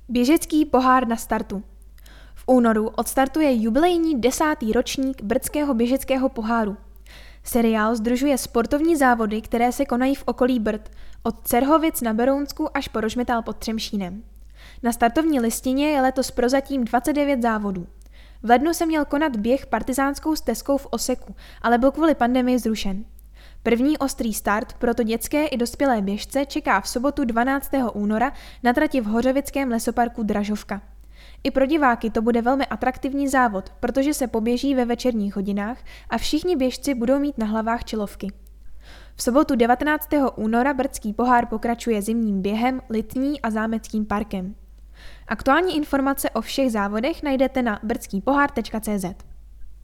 Běžecký pohár na startu. V únoru odstartuje jubilejní 10. ročník Brdského běžeckého poháru. Seriál sdružuje sportovní závody, které se konají v okolí Brd, od Cerhovic na Berounsku až po Rožmitál pod Třemšínem. Na startovní listině je letos prozatím 29 závodů. V lednu se měl konat běh partizánskou stezkou v Oseku, ale byl kvůli pandemii zrušen. První ostrý start proto dětské i dospělé běžce čeká v sobotu 12. února na trati v Hořovickém lesoparku Dražovka. I pro diváky to bude velmi atraktivní závod, protože se poběží ve večerních hodinách a všichni běžci budou mít na hlavách čelovky. V sobotu 19. února Brdský pohár pokračuje zimním během, Litní a Zámeckým parkem. Aktuální informace o všech závodech najdete na brdskýpohár.cz.